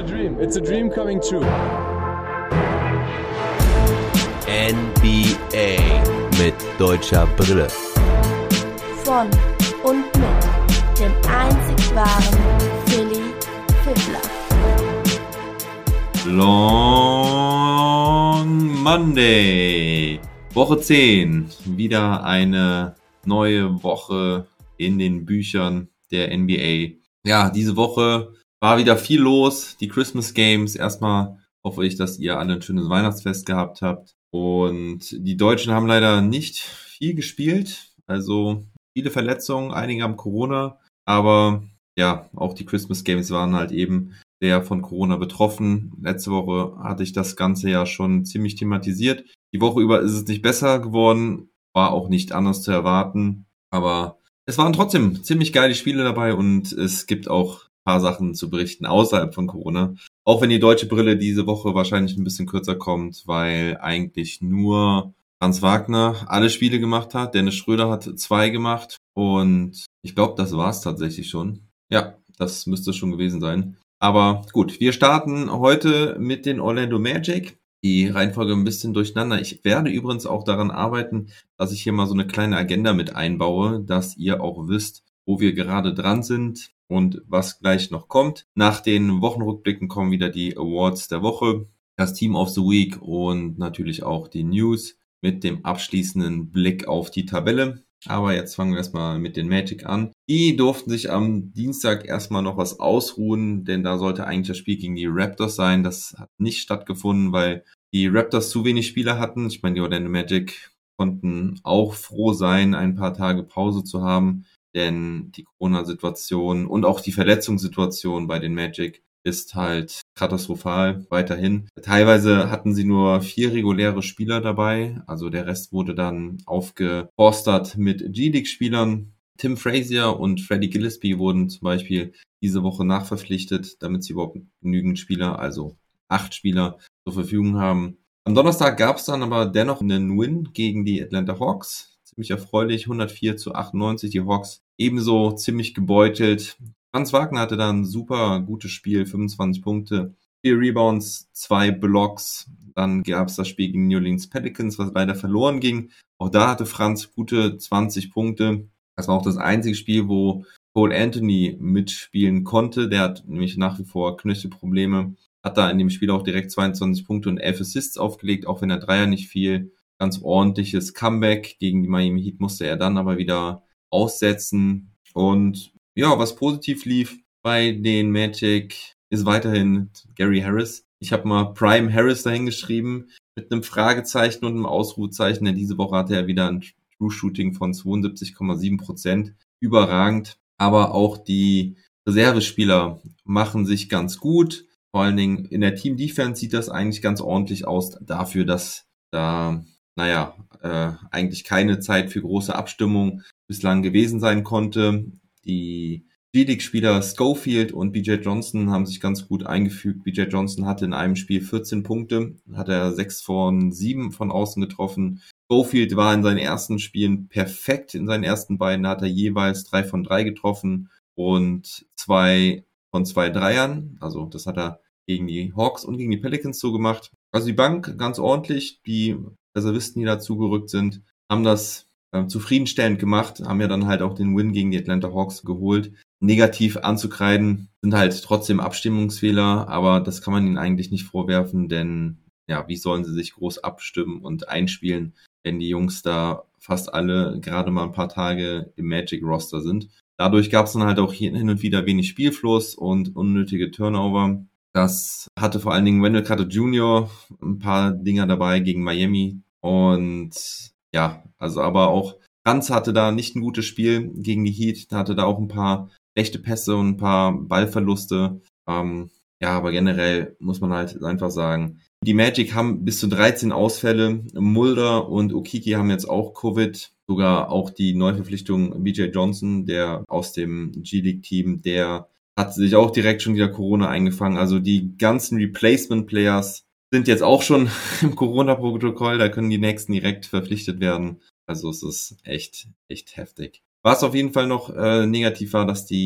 a dream. It's a dream coming true. NBA mit deutscher Brille. Von und mit dem einzig wahren Philly Fiddler. Long Monday, Woche 10, wieder eine neue Woche in den Büchern der NBA. Ja, diese Woche war wieder viel los, die Christmas Games. Erstmal hoffe ich, dass ihr alle ein schönes Weihnachtsfest gehabt habt. Und die Deutschen haben leider nicht viel gespielt, also viele Verletzungen, einige haben Corona, aber ja, auch die Christmas Games waren halt eben sehr von Corona betroffen. Letzte Woche hatte ich das Ganze ja schon ziemlich thematisiert. Die Woche über ist es nicht besser geworden, war auch nicht anders zu erwarten, aber es waren trotzdem ziemlich geile Spiele dabei und es gibt auch ein paar Sachen zu berichten außerhalb von Corona. Auch wenn die deutsche Brille diese Woche wahrscheinlich ein bisschen kürzer kommt, weil eigentlich nur Franz Wagner alle Spiele gemacht hat. Dennis Schröder hat 2 gemacht und ich glaube, das war's tatsächlich schon. Ja, das müsste schon gewesen sein. Aber gut, wir starten heute mit den Orlando Magic. Die Reihenfolge ein bisschen durcheinander. Ich werde übrigens auch daran arbeiten, dass ich hier mal so eine kleine Agenda mit einbaue, dass ihr auch wisst, wo wir gerade dran sind und was gleich noch kommt. Nach den Wochenrückblicken kommen wieder die Awards der Woche, das Team of the Week und natürlich auch die News mit dem abschließenden Blick auf die Tabelle. Aber jetzt fangen wir erstmal mit den Magic an. Die durften sich am Dienstag erstmal noch was ausruhen, denn da sollte eigentlich das Spiel gegen die Raptors sein. Das hat nicht stattgefunden, weil die Raptors zu wenig Spieler hatten. Ich meine, die Orlando Magic konnten auch froh sein, ein paar Tage Pause zu haben, denn die Corona-Situation und auch die Verletzungssituation bei den Magic ist halt katastrophal weiterhin. Teilweise hatten sie nur 4 reguläre Spieler dabei, also der Rest wurde dann aufgeforstert mit G-League-Spielern. Tim Frazier und Freddie Gillespie wurden zum Beispiel diese Woche nachverpflichtet, damit sie überhaupt genügend Spieler, also 8 Spieler zur Verfügung haben. Am Donnerstag gab es dann aber dennoch einen Win gegen die Atlanta Hawks. Ziemlich erfreulich, 104-98. Die Hawks ebenso ziemlich gebeutelt. Franz Wagner hatte da ein super gutes Spiel, 25 Punkte, 4 Rebounds, 2 Blocks. Dann gab es das Spiel gegen New Orleans Pelicans, was leider verloren ging. Auch da hatte Franz gute 20 Punkte. Das war auch das einzige Spiel, wo Cole Anthony mitspielen konnte. Der hat nämlich nach wie vor Knöchelprobleme. Hat da in dem Spiel auch direkt 22 Punkte und 11 Assists aufgelegt, auch wenn der Dreier nicht fiel. Ganz ordentliches Comeback. Gegen die Miami Heat musste er dann aber wieder aussetzen. Und ja, was positiv lief bei den Magic ist weiterhin Gary Harris. Ich habe mal Prime Harris dahin geschrieben mit einem Fragezeichen und einem Ausrufezeichen, denn diese Woche hatte er wieder ein True Shooting von 72,7%. Überragend. Aber auch die Reservespieler machen sich ganz gut. Vor allen Dingen in der Team Defense sieht das eigentlich ganz ordentlich aus dafür, dass da, eigentlich keine Zeit für große Abstimmung bislang gewesen sein konnte. Die G-League-Spieler Schofield und BJ Johnson haben sich ganz gut eingefügt. BJ Johnson hatte in einem Spiel 14 Punkte, hat er 6 von 7 von außen getroffen. Schofield war in seinen ersten Spielen perfekt. In seinen ersten beiden hat er jeweils 3 von 3 getroffen und 2 von 2 Dreiern. Also das hat er gegen die Hawks und gegen die Pelicans so gemacht. Also die Bank ganz ordentlich. Die Reservisten, die dazugerückt sind, haben das zufriedenstellend gemacht, haben ja dann halt auch den Win gegen die Atlanta Hawks geholt. Negativ anzukreiden sind halt trotzdem Abstimmungsfehler, aber das kann man ihnen eigentlich nicht vorwerfen, denn ja, wie sollen sie sich groß abstimmen und einspielen, wenn die Jungs da fast alle gerade mal ein paar Tage im Magic-Roster sind. Dadurch gab es dann halt auch hin und wieder wenig Spielfluss und unnötige Turnover. Das hatte vor allen Dingen Wendell Carter Jr. ein paar Dinger dabei gegen Miami und ja, also aber auch Franz hatte da nicht ein gutes Spiel gegen die Heat, hatte da auch ein paar schlechte Pässe und ein paar Ballverluste. Aber generell muss man halt einfach sagen, die Magic haben bis zu 13 Ausfälle. Mulder und Okiki haben jetzt auch Covid. Sogar auch die Neuverpflichtung BJ Johnson, der aus dem G-League-Team, der hat sich auch direkt schon wieder Corona eingefangen. Also die ganzen Replacement-Players sind jetzt auch schon im Corona-Protokoll. Da können die nächsten direkt verpflichtet werden. Also es ist echt heftig. Was auf jeden Fall noch negativ war, dass die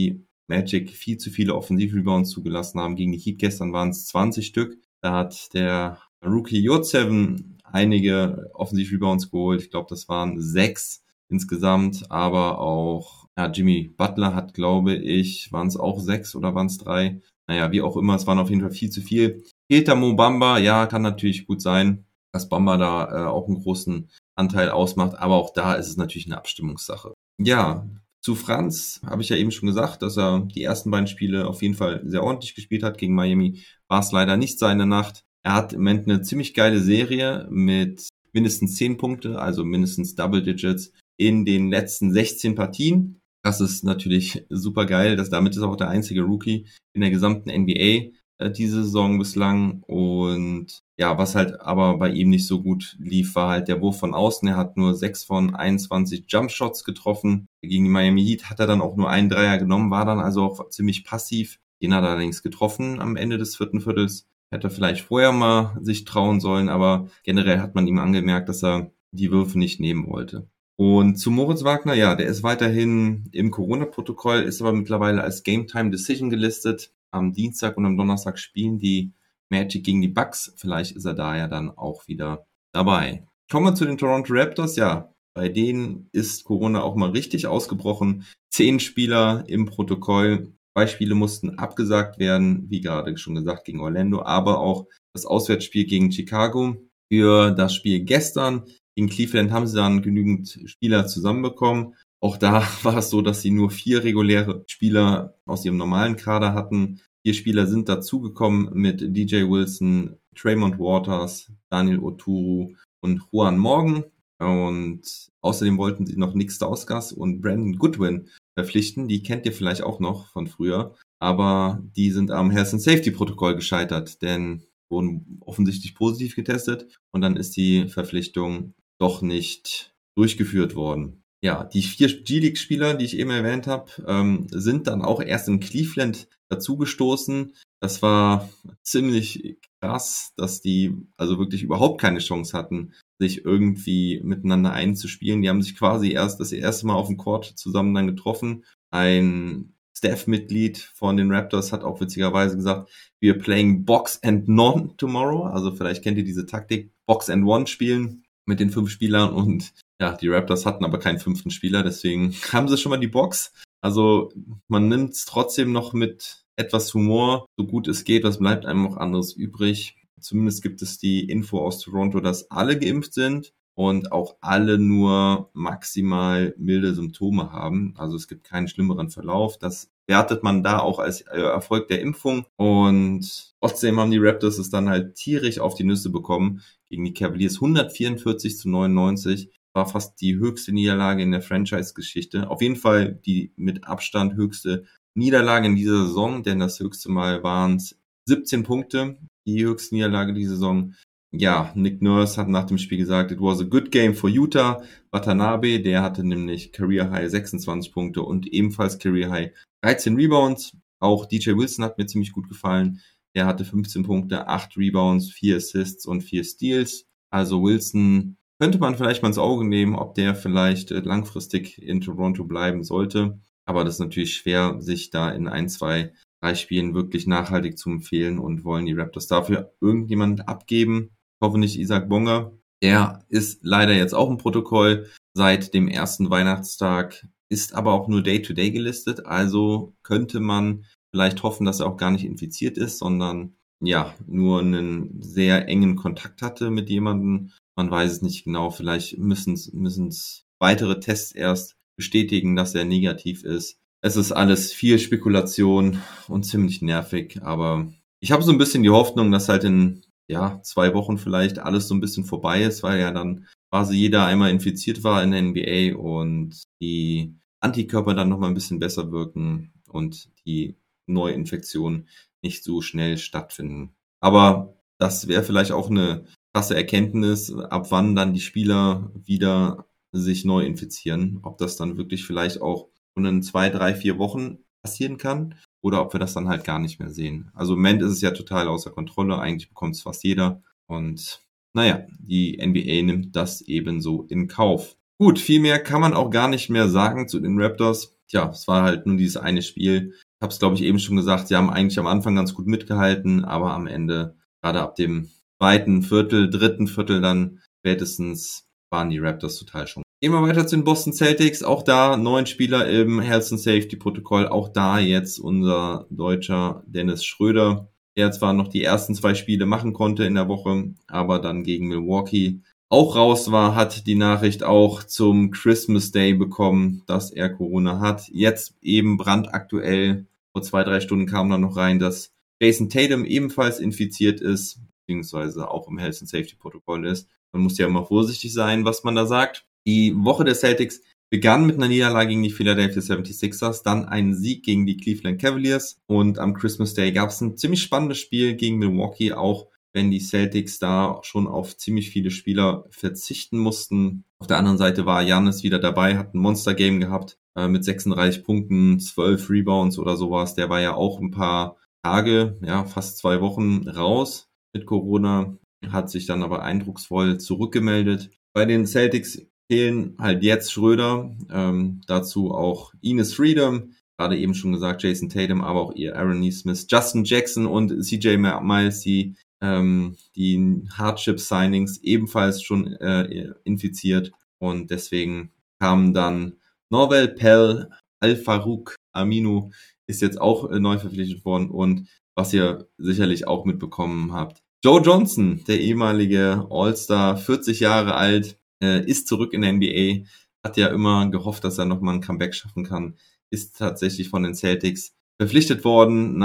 Magic viel zu viele Offensivrebounds zugelassen haben. Gegen die Heat gestern waren es 20 Stück. Da hat der Rookie Yurtseven einige Offensivrebounds geholt. Ich glaube, das waren 6 insgesamt, aber auch Jimmy Butler hat, glaube ich, waren es auch 6 oder waren es 3? Naja, wie auch immer, es waren auf jeden Fall viel zu viel. Peter Mo Bamba, ja, kann natürlich gut sein, dass Bamba da auch einen großen Anteil ausmacht, aber auch da ist es natürlich eine Abstimmungssache. Ja, zu Franz habe ich ja eben schon gesagt, dass er die ersten beiden Spiele auf jeden Fall sehr ordentlich gespielt hat. Gegen Miami war es leider nicht seine Nacht. Er hat im Moment eine ziemlich geile Serie mit mindestens 10 Punkte, also mindestens Double Digits in den letzten 16 Partien. Das ist natürlich super geil. Damit ist auch der einzige Rookie in der gesamten NBA diese Saison bislang. Und ja, was halt aber bei ihm nicht so gut lief, war halt der Wurf von außen. Er hat nur 6 von 21 Jumpshots getroffen. Gegen die Miami Heat hat er dann auch nur einen Dreier genommen, war dann also auch ziemlich passiv. Den hat er allerdings getroffen am Ende des 4. Viertels. Hätte er vielleicht vorher mal sich trauen sollen, aber generell hat man ihm angemerkt, dass er die Würfe nicht nehmen wollte. Und zu Moritz Wagner, ja, der ist weiterhin im Corona-Protokoll, ist aber mittlerweile als Game-Time-Decision gelistet. Am Dienstag und am Donnerstag spielen die Magic gegen die Bucks. Vielleicht ist er da ja dann auch wieder dabei. Kommen wir zu den Toronto Raptors. Ja, bei denen ist Corona auch mal richtig ausgebrochen. 10 Spieler im Protokoll. 2 Spiele mussten abgesagt werden, wie gerade schon gesagt, gegen Orlando, aber auch das Auswärtsspiel gegen Chicago. Für das Spiel gestern gegen Cleveland haben sie dann genügend Spieler zusammenbekommen. Auch da war es so, dass sie nur 4 reguläre Spieler aus ihrem normalen Kader hatten. 4 Spieler sind dazugekommen mit DJ Wilson, Tremont Waters, Daniel Oturu und Juan Morgan. Und außerdem wollten sie noch Nick Stauskas und Brandon Goodwin verpflichten. Die kennt ihr vielleicht auch noch von früher. Aber die sind am Health and Safety Protokoll gescheitert, denn wurden offensichtlich positiv getestet. Und dann ist die Verpflichtung doch nicht durchgeführt worden. Ja, die 4 G-League-Spieler, die ich eben erwähnt habe, sind dann auch erst in Cleveland dazugestoßen. Das war ziemlich krass, dass die also wirklich überhaupt keine Chance hatten, sich irgendwie miteinander einzuspielen. Die haben sich quasi erst das erste Mal auf dem Court zusammen dann getroffen. Ein Staff-Mitglied von den Raptors hat auch witzigerweise gesagt, we are playing Box and None tomorrow. Also vielleicht kennt ihr diese Taktik, Box and One spielen mit den 5 Spielern, und ja, die Raptors hatten aber keinen 5. Spieler, deswegen haben sie schon mal die Box. Also man nimmt es trotzdem noch mit etwas Humor, so gut es geht, was bleibt einem noch anderes übrig. Zumindest gibt es die Info aus Toronto, dass alle geimpft sind und auch alle nur maximal milde Symptome haben. Also es gibt keinen schlimmeren Verlauf. Das wertet man da auch als Erfolg der Impfung. Und trotzdem haben die Raptors es dann halt tierisch auf die Nüsse bekommen gegen die Cavaliers. 144-99. War fast die höchste Niederlage in der Franchise-Geschichte. Auf jeden Fall die mit Abstand höchste Niederlage in dieser Saison, denn das höchste Mal waren es 17 Punkte, die höchste Niederlage dieser Saison. Ja, Nick Nurse hat nach dem Spiel gesagt, it was a good game for Utah. Watanabe, der hatte nämlich Career High 26 Punkte und ebenfalls Career High 13 Rebounds. Auch DJ Wilson hat mir ziemlich gut gefallen. Der hatte 15 Punkte, 8 Rebounds, 4 Assists und 4 Steals. Also Wilson könnte man vielleicht mal ins Auge nehmen, ob der vielleicht langfristig in Toronto bleiben sollte. Aber das ist natürlich schwer, sich da in 1, 2, 3 Spielen wirklich nachhaltig zu empfehlen, und wollen die Raptors dafür irgendjemand abgeben. Ich hoffe nicht Isaac Bonga. Der ist leider jetzt auch im Protokoll seit dem ersten Weihnachtstag, ist aber auch nur Day-to-Day gelistet. Also könnte man vielleicht hoffen, dass er auch gar nicht infiziert ist, sondern ja, nur einen sehr engen Kontakt hatte mit jemandem. Man weiß es nicht genau. Vielleicht müssen es weitere Tests erst bestätigen, dass er negativ ist. Es ist alles viel Spekulation und ziemlich nervig, aber ich habe so ein bisschen die Hoffnung, dass halt in 2 Wochen vielleicht alles so ein bisschen vorbei ist, weil ja dann quasi jeder einmal infiziert war in der NBA und die Antikörper dann nochmal ein bisschen besser wirken und die Neuinfektionen nicht so schnell stattfinden. Aber das wäre vielleicht auch eine krasse Erkenntnis, ab wann dann die Spieler wieder sich neu infizieren. Ob das dann wirklich vielleicht auch in 2, 3, 4 Wochen passieren kann oder ob wir das dann halt gar nicht mehr sehen. Also im Moment ist es ja total außer Kontrolle. Eigentlich bekommt es fast jeder. Und naja, die NBA nimmt das ebenso in Kauf. Gut, viel mehr kann man auch gar nicht mehr sagen zu den Raptors. Tja, es war halt nur dieses eine Spiel. Ich habe es, glaube ich, eben schon gesagt, sie haben eigentlich am Anfang ganz gut mitgehalten, aber am Ende, gerade ab dem dritten Viertel dann spätestens, waren die Raptors total schon. Gehen wir weiter zu den Boston Celtics. Auch da 9 Spieler im Health and Safety Protokoll. Auch da jetzt unser Deutscher Dennis Schröder, der zwar noch die ersten 2 Spiele machen konnte in der Woche, aber dann gegen Milwaukee auch raus war, hat die Nachricht auch zum Christmas Day bekommen, dass er Corona hat. Jetzt eben brandaktuell, vor 2-3 Stunden kam dann noch rein, dass Jason Tatum ebenfalls infiziert ist, beziehungsweise auch im Health and Safety Protokoll ist. Man muss ja immer vorsichtig sein, was man da sagt. Die Woche der Celtics begann mit einer Niederlage gegen die Philadelphia 76ers, dann einen Sieg gegen die Cleveland Cavaliers und am Christmas Day gab es ein ziemlich spannendes Spiel gegen Milwaukee, auch wenn die Celtics da schon auf ziemlich viele Spieler verzichten mussten. Auf der anderen Seite war Giannis wieder dabei, hat ein Monster-Game gehabt mit 36 Punkten, 12 Rebounds oder sowas. Der war ja auch ein paar Tage, ja fast 2 Wochen raus mit Corona, hat sich dann aber eindrucksvoll zurückgemeldet. Bei den Celtics fehlen halt jetzt Schröder, dazu auch Enes Freedom, gerade eben schon gesagt, Jason Tatum, aber auch ihr Aaron Nesmith, Justin Jackson und CJ Miles, die Hardship-Signings ebenfalls schon infiziert und deswegen kamen dann Norvel Pell, Al-Farouq Aminu ist jetzt auch neu verpflichtet worden und was ihr sicherlich auch mitbekommen habt, Joe Johnson, der ehemalige All-Star, 40 Jahre alt, ist zurück in der NBA, hat ja immer gehofft, dass er nochmal ein Comeback schaffen kann, ist tatsächlich von den Celtics verpflichtet worden,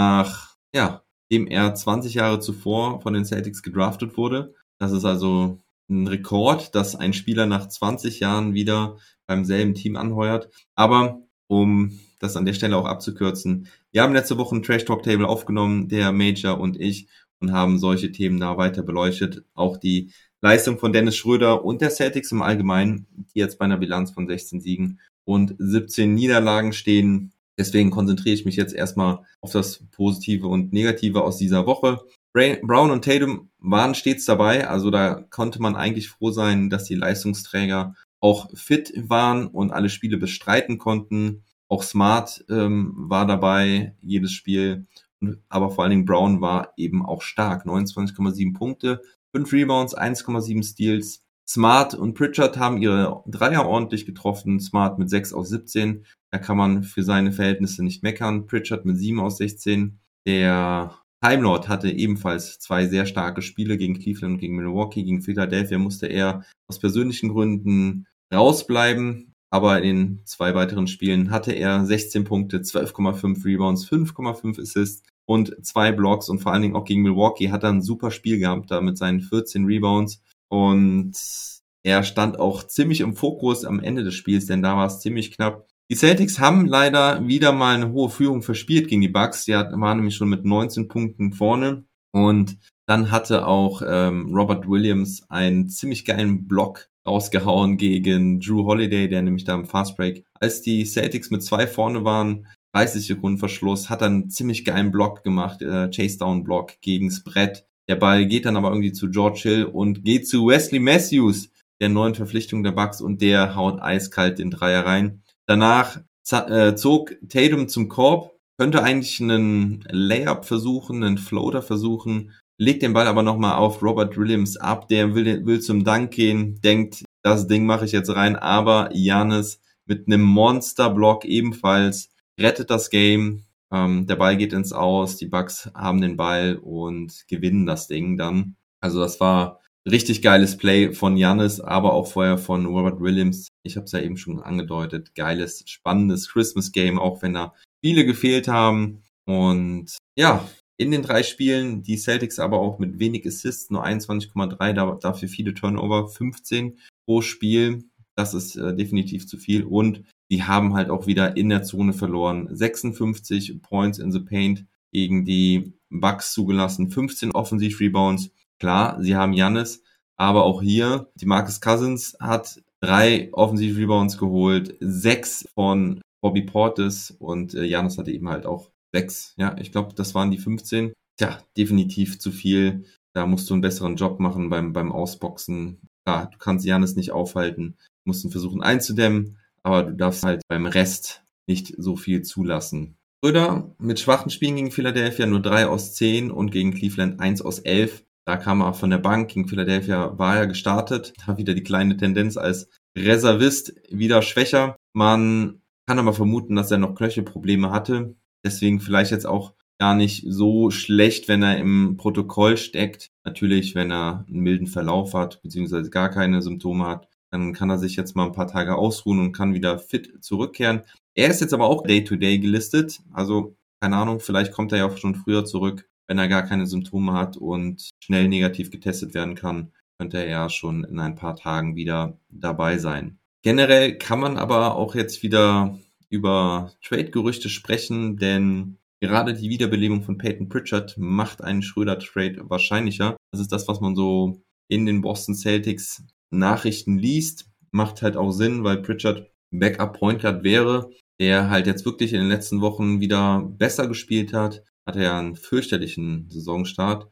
nachdem er 20 Jahre zuvor von den Celtics gedraftet wurde. Das ist also ein Rekord, dass ein Spieler nach 20 Jahren wieder beim selben Team anheuert. Aber um das an der Stelle auch abzukürzen, wir haben letzte Woche ein Trash Talk Table aufgenommen, der Major und ich, und haben solche Themen da weiter beleuchtet. Auch die Leistung von Dennis Schröder und der Celtics im Allgemeinen, die jetzt bei einer Bilanz von 16 Siegen und 17 Niederlagen stehen. Deswegen konzentriere ich mich jetzt erstmal auf das Positive und Negative aus dieser Woche. Brown und Tatum waren stets dabei, also da konnte man eigentlich froh sein, dass die Leistungsträger auch fit waren und alle Spiele bestreiten konnten. Auch Smart war dabei, jedes Spiel. Aber vor allen Dingen Brown war eben auch stark. 29,7 Punkte, 5 Rebounds, 1,7 Steals. Smart und Pritchard haben ihre Dreier ordentlich getroffen. Smart mit 6 aus 17. Da kann man für seine Verhältnisse nicht meckern. Pritchard mit 7 aus 16. Der Time Lord hatte ebenfalls 2 sehr starke Spiele gegen Cleveland und gegen Milwaukee. Gegen Philadelphia musste er aus persönlichen Gründen rausbleiben. Aber in den 2 weiteren Spielen hatte er 16 Punkte, 12,5 Rebounds, 5,5 Assists und 2 Blocks. Und vor allen Dingen auch gegen Milwaukee hat er ein super Spiel gehabt, da mit seinen 14 Rebounds. Und er stand auch ziemlich im Fokus am Ende des Spiels, denn da war es ziemlich knapp. Die Celtics haben leider wieder mal eine hohe Führung verspielt gegen die Bucks. Die waren nämlich schon mit 19 Punkten vorne. Und dann hatte auch Robert Williams einen ziemlich geilen Block rausgehauen gegen Drew Holiday, der nämlich da im Fastbreak, als die Celtics mit 2 vorne waren, 30 Sekunden Verschluss, hat dann einen ziemlich geilen Block gemacht, Chase-Down-Block gegens Brett. Der Ball geht dann aber irgendwie zu George Hill und geht zu Wesley Matthews, der neuen Verpflichtung der Bucks, und der haut eiskalt den Dreier rein. Danach zog Tatum zum Korb, könnte eigentlich einen Layup versuchen, einen Floater versuchen, legt den Ball aber nochmal auf Robert Williams ab, der will zum Dank gehen, denkt, das Ding mache ich jetzt rein, aber Giannis mit einem Monster-Block ebenfalls rettet das Game. Der Ball geht ins Aus, die Bucks haben den Ball und gewinnen das Ding dann. Also das war richtig geiles Play von Giannis, aber auch vorher von Robert Williams. Ich habe es ja eben schon angedeutet, geiles, spannendes Christmas-Game, auch wenn da viele gefehlt haben. Und ja, in den 3 Spielen, die Celtics aber auch mit wenig Assists, nur 21,3, dafür viele Turnover, 15 pro Spiel. Das ist definitiv zu viel. Und die haben halt auch wieder in der Zone verloren. 56 Points in the Paint gegen die Bucks zugelassen, 15 Offensiv-Rebounds. Klar, sie haben Giannis, aber auch hier, DeMarcus Cousins hat 3 Offensiv-Rebounds geholt, 6 von Bobby Portis und Giannis hatte eben halt auch 6. Ja, ich glaube, das waren die 15. Tja, definitiv zu viel. Da musst du einen besseren Job machen beim Ausboxen. Klar, du kannst Giannis nicht aufhalten, musst ihn versuchen einzudämmen, aber du darfst halt beim Rest nicht so viel zulassen. Schröder mit schwachen Spielen gegen Philadelphia nur 3 aus 10 und gegen Cleveland 1 aus 11. Da kam er von der Bank. Gegen Philadelphia war er gestartet. Da wieder die kleine Tendenz als Reservist wieder schwächer. Man kann aber vermuten, dass er noch Knöchelprobleme hatte. Deswegen vielleicht jetzt auch gar nicht so schlecht, wenn er im Protokoll steckt. Natürlich, wenn er einen milden Verlauf hat, beziehungsweise gar keine Symptome hat, dann kann er sich jetzt mal ein paar Tage ausruhen und kann wieder fit zurückkehren. Er ist jetzt aber auch Day-to-Day gelistet. Also, keine Ahnung, vielleicht kommt er ja auch schon früher zurück, wenn er gar keine Symptome hat und schnell negativ getestet werden kann, könnte er ja schon in ein paar Tagen wieder dabei sein. Generell kann man aber auch jetzt wieder über Trade-Gerüchte sprechen, denn gerade die Wiederbelebung von Peyton Pritchard macht einen Schröder-Trade wahrscheinlicher. Das ist das, was man so in den Boston Celtics Nachrichten liest. Macht halt auch Sinn, weil Pritchard Backup Point Guard wäre, der halt jetzt wirklich in den letzten Wochen wieder besser gespielt hat. Hatte ja einen fürchterlichen Saisonstart.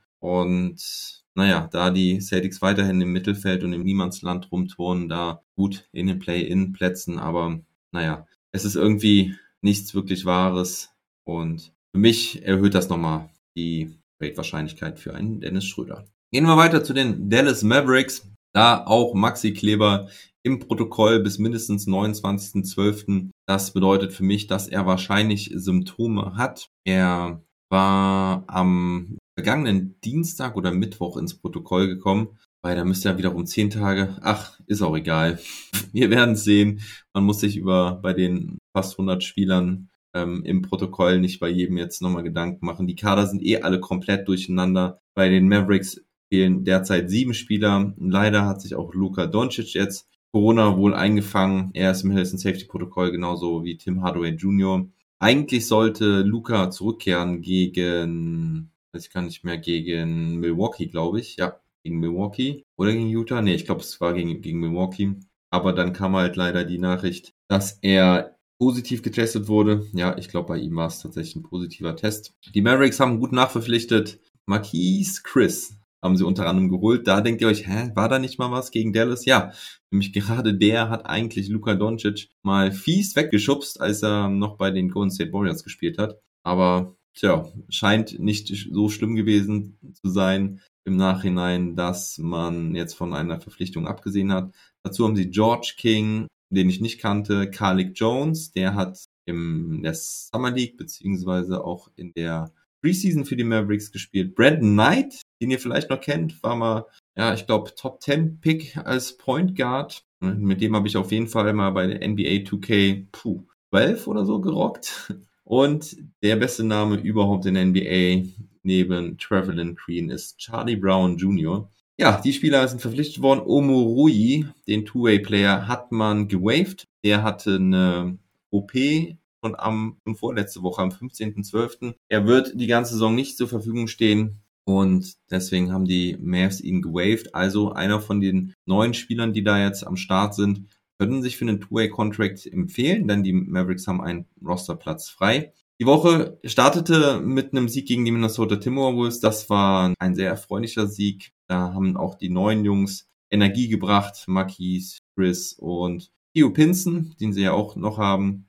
Und naja, da die Celtics weiterhin im Mittelfeld und im Niemandsland rumturnen, da gut in den Play-In-Plätzen, aber naja, es ist irgendwie nichts wirklich Wahres und für mich erhöht das nochmal die Trade-Wahrscheinlichkeit für einen Dennis Schröder. Gehen wir weiter zu den Dallas Mavericks. Da auch Maxi Kleber im Protokoll bis mindestens 29.12. Das bedeutet für mich, dass er wahrscheinlich Symptome hat. Er war am vergangenen Dienstag oder Mittwoch ins Protokoll gekommen, weil da müsste er wiederum 10 Tage, ist auch egal. Wir werden es sehen. Man muss sich bei den fast 100 Spielern im Protokoll nicht bei jedem jetzt nochmal Gedanken machen. Die Kader sind alle komplett durcheinander. Bei den Mavericks fehlen derzeit 7 Spieler. Leider hat sich auch Luka Doncic jetzt Corona wohl eingefangen. Er ist im Health and Safety Protokoll genauso wie Tim Hardaway Jr. Eigentlich sollte Luka zurückkehren gegen Milwaukee, glaube ich. Ja, gegen Milwaukee oder gegen Utah. Nee, ich glaube, es war gegen Milwaukee. Aber dann kam halt leider die Nachricht, dass er positiv getestet wurde. Ja, ich glaube, bei ihm war es tatsächlich ein positiver Test. Die Mavericks haben gut nachverpflichtet. Marquise Chris haben sie unter anderem geholt. Da denkt ihr euch, war da nicht mal was gegen Dallas? Ja, nämlich gerade der hat eigentlich Luka Doncic mal fies weggeschubst, als er noch bei den Golden State Warriors gespielt hat. Aber scheint nicht so schlimm gewesen zu sein im Nachhinein, dass man jetzt von einer Verpflichtung abgesehen hat. Dazu haben sie George King, den ich nicht kannte, Carlik Jones, der hat in der Summer League beziehungsweise auch in der Preseason für die Mavericks gespielt. Brandon Knight, den ihr vielleicht noch kennt, war mal, ich glaube, Top 10 Pick als Point Guard. Mit dem habe ich auf jeden Fall mal bei der NBA 2K 12 oder so gerockt. Und der beste Name überhaupt in der NBA neben Trevelyan Green ist Charlie Brown Jr. Ja, die Spieler sind verpflichtet worden. Omoruyi, den Two-Way-Player, hat man gewaved. Der hatte eine OP schon vorletzte Woche, am 15.12. Er wird die ganze Saison nicht zur Verfügung stehen und deswegen haben die Mavs ihn gewaved. Also einer von den neuen Spielern, die da jetzt am Start sind, können sich für einen Two-Way-Contract empfehlen, denn die Mavericks haben einen Rosterplatz frei. Die Woche startete mit einem Sieg gegen die Minnesota Timberwolves. Das war ein sehr erfreulicher Sieg. Da haben auch die neuen Jungs Energie gebracht. Marquise, Chris und Theo Pinson, den sie ja auch noch haben,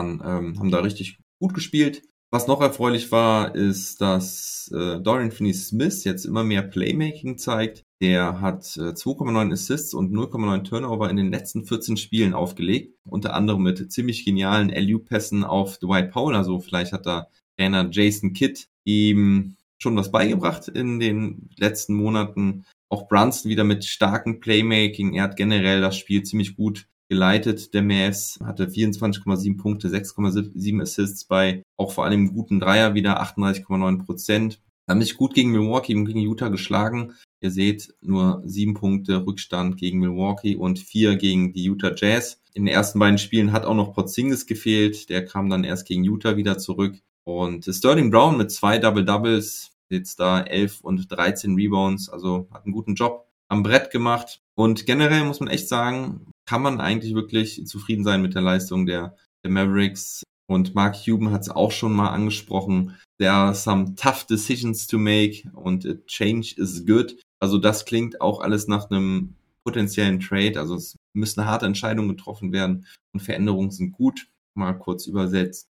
haben da richtig gut gespielt. Was noch erfreulich war, ist, dass Dorian Finney-Smith jetzt immer mehr Playmaking zeigt. Der hat 2,9 Assists und 0,9 Turnover in den letzten 14 Spielen aufgelegt. Unter anderem mit ziemlich genialen LU-Pässen auf Dwight Powell. Also vielleicht hat da Trainer Jason Kidd ihm schon was beigebracht in den letzten Monaten. Auch Brunson wieder mit starkem Playmaking. Er hat generell das Spiel ziemlich gut geleitet. Der Mavs hatte 24,7 Punkte, 6,7 Assists bei auch vor allem guten Dreier wieder, 38,9%. Haben sich gut gegen Milwaukee und gegen Utah geschlagen. Ihr seht, nur 7 Punkte Rückstand gegen Milwaukee und 4 gegen die Utah Jazz. In den ersten beiden Spielen hat auch noch Porzingis gefehlt. Der kam dann erst gegen Utah wieder zurück. Und Sterling Brown mit 2 Double-Doubles, jetzt da 11 und 13 Rebounds. Also hat einen guten Job am Brett gemacht. Und generell muss man echt sagen, kann man eigentlich wirklich zufrieden sein mit der Leistung der Mavericks. Und Mark Cuban hat es auch schon mal angesprochen. There are some tough decisions to make und a change is good. Also das klingt auch alles nach einem potenziellen Trade. Also es müssen harte Entscheidungen getroffen werden und Veränderungen sind gut. Mal kurz übersetzt.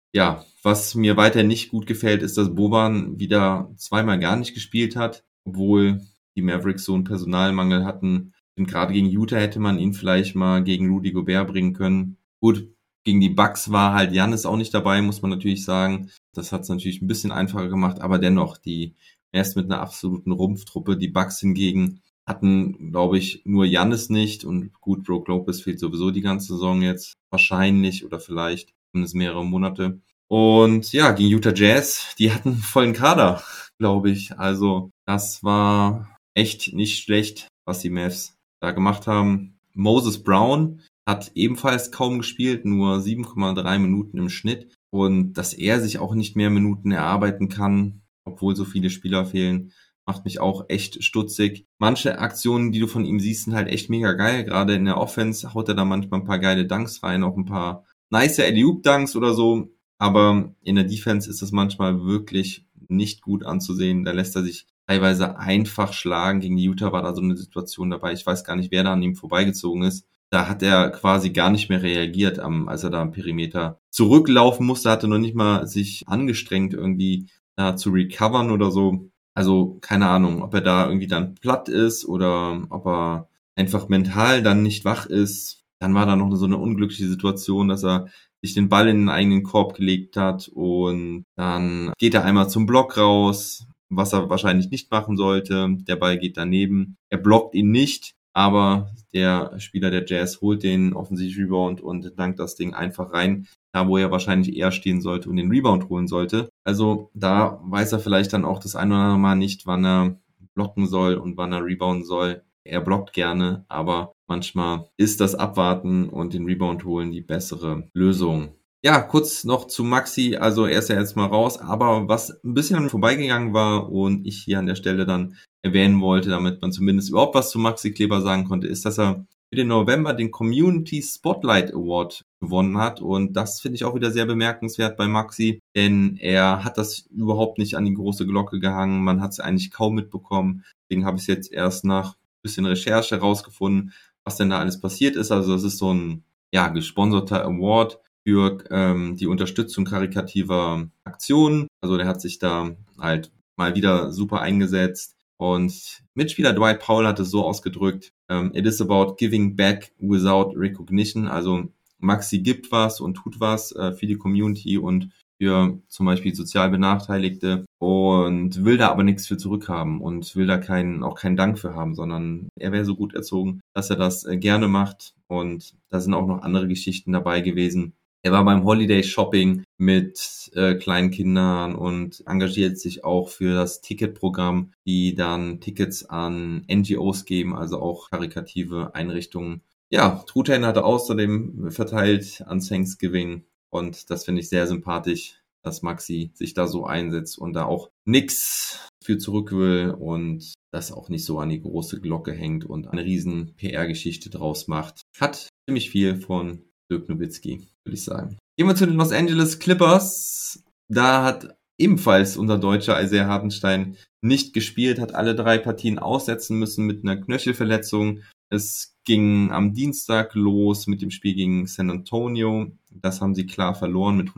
ja, was mir weiterhin nicht gut gefällt, ist, dass Boban wieder zweimal gar nicht gespielt hat, obwohl die Mavericks so einen Personalmangel hatten. Und gerade gegen Utah hätte man ihn vielleicht mal gegen Rudy Gobert bringen können. Gut, gegen die Bucks war halt Giannis auch nicht dabei, muss man natürlich sagen. Das hat es natürlich ein bisschen einfacher gemacht, aber dennoch, die erst mit einer absoluten Rumpftruppe. Die Bucks hingegen hatten, glaube ich, nur Giannis nicht. Und gut, Brook Lopez fehlt sowieso die ganze Saison jetzt. Wahrscheinlich oder vielleicht zumindest mehrere Monate. Und ja, gegen Utah Jazz, die hatten einen vollen Kader, glaube ich. Also das war echt nicht schlecht, was die Mavs da gemacht haben. Moses Brown hat ebenfalls kaum gespielt, nur 7,3 Minuten im Schnitt. Und dass er sich auch nicht mehr Minuten erarbeiten kann, obwohl so viele Spieler fehlen, macht mich auch echt stutzig. Manche Aktionen, die du von ihm siehst, sind halt echt mega geil. Gerade in der Offense haut er da manchmal ein paar geile Dunks rein, auch ein paar nice Alley-Oop-Dunks oder so. Aber in der Defense ist das manchmal wirklich nicht gut anzusehen. Da lässt er sich teilweise einfach schlagen. Gegen die Utah war da so eine Situation dabei. Ich weiß gar nicht, wer da an ihm vorbeigezogen ist. Da hat er quasi gar nicht mehr reagiert, als er da am Perimeter zurücklaufen musste, hatte noch nicht mal sich angestrengt, irgendwie da zu recovern oder so. Also keine Ahnung, ob er da irgendwie dann platt ist oder ob er einfach mental dann nicht wach ist. Dann war da noch so eine unglückliche Situation, dass er sich den Ball in den eigenen Korb gelegt hat und dann geht er einmal zum Block raus, was er wahrscheinlich nicht machen sollte. Der Ball geht daneben. Er blockt ihn nicht, aber der Spieler der Jazz holt den offensichtlichen Rebound und dankt das Ding einfach rein, da wo er wahrscheinlich eher stehen sollte und den Rebound holen sollte. Also da weiß er vielleicht dann auch das ein oder andere Mal nicht, wann er blocken soll und wann er rebounden soll. Er blockt gerne, aber manchmal ist das Abwarten und den Rebound holen die bessere Lösung. Ja, kurz noch zu Maxi. Also er ist ja jetzt mal raus, aber was ein bisschen vorbeigegangen war und ich hier an der Stelle dann erwähnen wollte, damit man zumindest überhaupt was zu Maxi Kleber sagen konnte, ist, dass er für den November den Community Spotlight Award gewonnen hat. Und das finde ich auch wieder sehr bemerkenswert bei Maxi, denn er hat das überhaupt nicht an die große Glocke gehangen. Man hat es eigentlich kaum mitbekommen. Deswegen habe ich es jetzt erst nach ein bisschen Recherche rausgefunden, was denn da alles passiert ist. Also es ist so ein gesponserter Award für die Unterstützung karikativer Aktionen. Also der hat sich da halt mal wieder super eingesetzt. Und Mitspieler Dwight Powell hat es so ausgedrückt, it is about giving back without recognition. Also Maxi gibt was und tut was für die Community und für zum Beispiel sozial Benachteiligte und will da aber nichts für zurückhaben und will da auch keinen Dank für haben, sondern er wäre so gut erzogen, dass er das gerne macht. Und da sind auch noch andere Geschichten dabei gewesen. Er war beim Holiday Shopping mit kleinen Kindern und engagiert sich auch für das Ticketprogramm, die dann Tickets an NGOs geben, also auch karitative Einrichtungen. Ja, Truthahn hatte außerdem verteilt an Thanksgiving und das finde ich sehr sympathisch, dass Maxi sich da so einsetzt und da auch nix für zurück will und das auch nicht so an die große Glocke hängt und eine riesen PR-Geschichte draus macht. Hat ziemlich viel von Dirk Nowitzki, würde ich sagen. Gehen wir zu den Los Angeles Clippers. Da hat ebenfalls unser Deutscher Isaiah Hartenstein nicht gespielt, hat alle 3 Partien aussetzen müssen mit einer Knöchelverletzung. Es ging am Dienstag los mit dem Spiel gegen San Antonio. Das haben sie klar verloren mit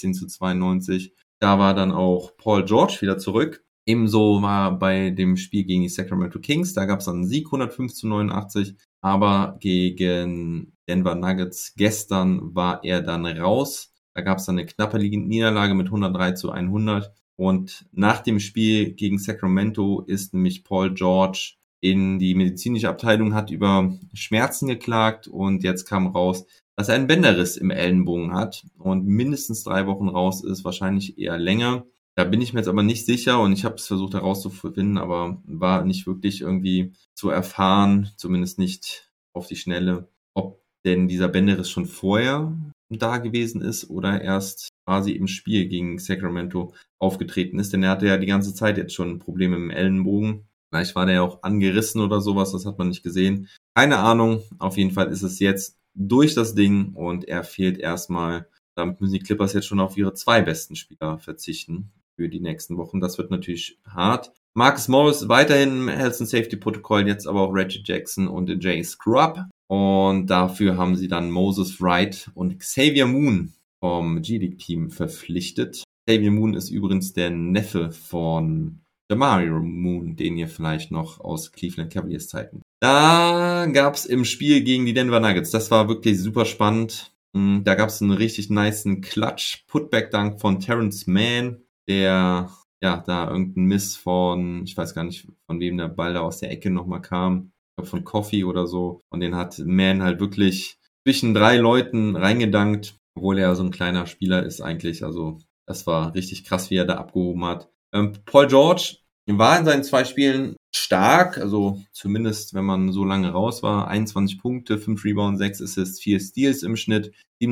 116-92. Da war dann auch Paul George wieder zurück. Ebenso war bei dem Spiel gegen die Sacramento Kings, da gab es dann einen Sieg 105-89. Aber gegen Denver Nuggets gestern war er dann raus. Da gab es dann eine knappe Niederlage mit 103-100. Und nach dem Spiel gegen Sacramento ist nämlich Paul George in die medizinische Abteilung, hat über Schmerzen geklagt und jetzt kam raus, dass er einen Bänderriss im Ellenbogen hat und mindestens 3 Wochen raus ist, wahrscheinlich eher länger. Da bin ich mir jetzt aber nicht sicher und ich habe es versucht herauszufinden, aber war nicht wirklich irgendwie zu erfahren, zumindest nicht auf die Schnelle, ob denn dieser Bänderriss schon vorher da gewesen ist oder erst quasi im Spiel gegen Sacramento aufgetreten ist, denn er hatte ja die ganze Zeit jetzt schon Probleme im Ellenbogen. Vielleicht war der ja auch angerissen oder sowas, das hat man nicht gesehen. Keine Ahnung, auf jeden Fall ist es jetzt durch das Ding und er fehlt erstmal. Damit müssen die Clippers jetzt schon auf ihre 2 besten Spieler verzichten für die nächsten Wochen. Das wird natürlich hart. Marcus Morris weiterhin im Health and Safety Protokoll, jetzt aber auch Reggie Jackson und Jay Scrubb. Und dafür haben sie dann Moses Wright und Xavier Moon vom G-League-Team verpflichtet. Xavier Moon ist übrigens der Neffe von Demario Moon, den ihr vielleicht noch aus Cleveland Cavaliers Zeiten. Da gab's im Spiel gegen die Denver Nuggets, das war wirklich super spannend. Da gab's einen richtig nicen Clutch-Putback-Dunk von Terrence Mann, der da irgendein Miss von, ich weiß gar nicht, von wem der Ball da aus der Ecke nochmal kam, ich glaube von Coffee oder so. Und den hat Mann halt wirklich zwischen 3 Leuten reingedankt, obwohl er so ein kleiner Spieler ist eigentlich. Also das war richtig krass, wie er da abgehoben hat. Paul George war in seinen 2 Spielen stark, also zumindest wenn man so lange raus war. 21 Punkte, 5 Rebounds, 6 Assists, 4 Steals im Schnitt,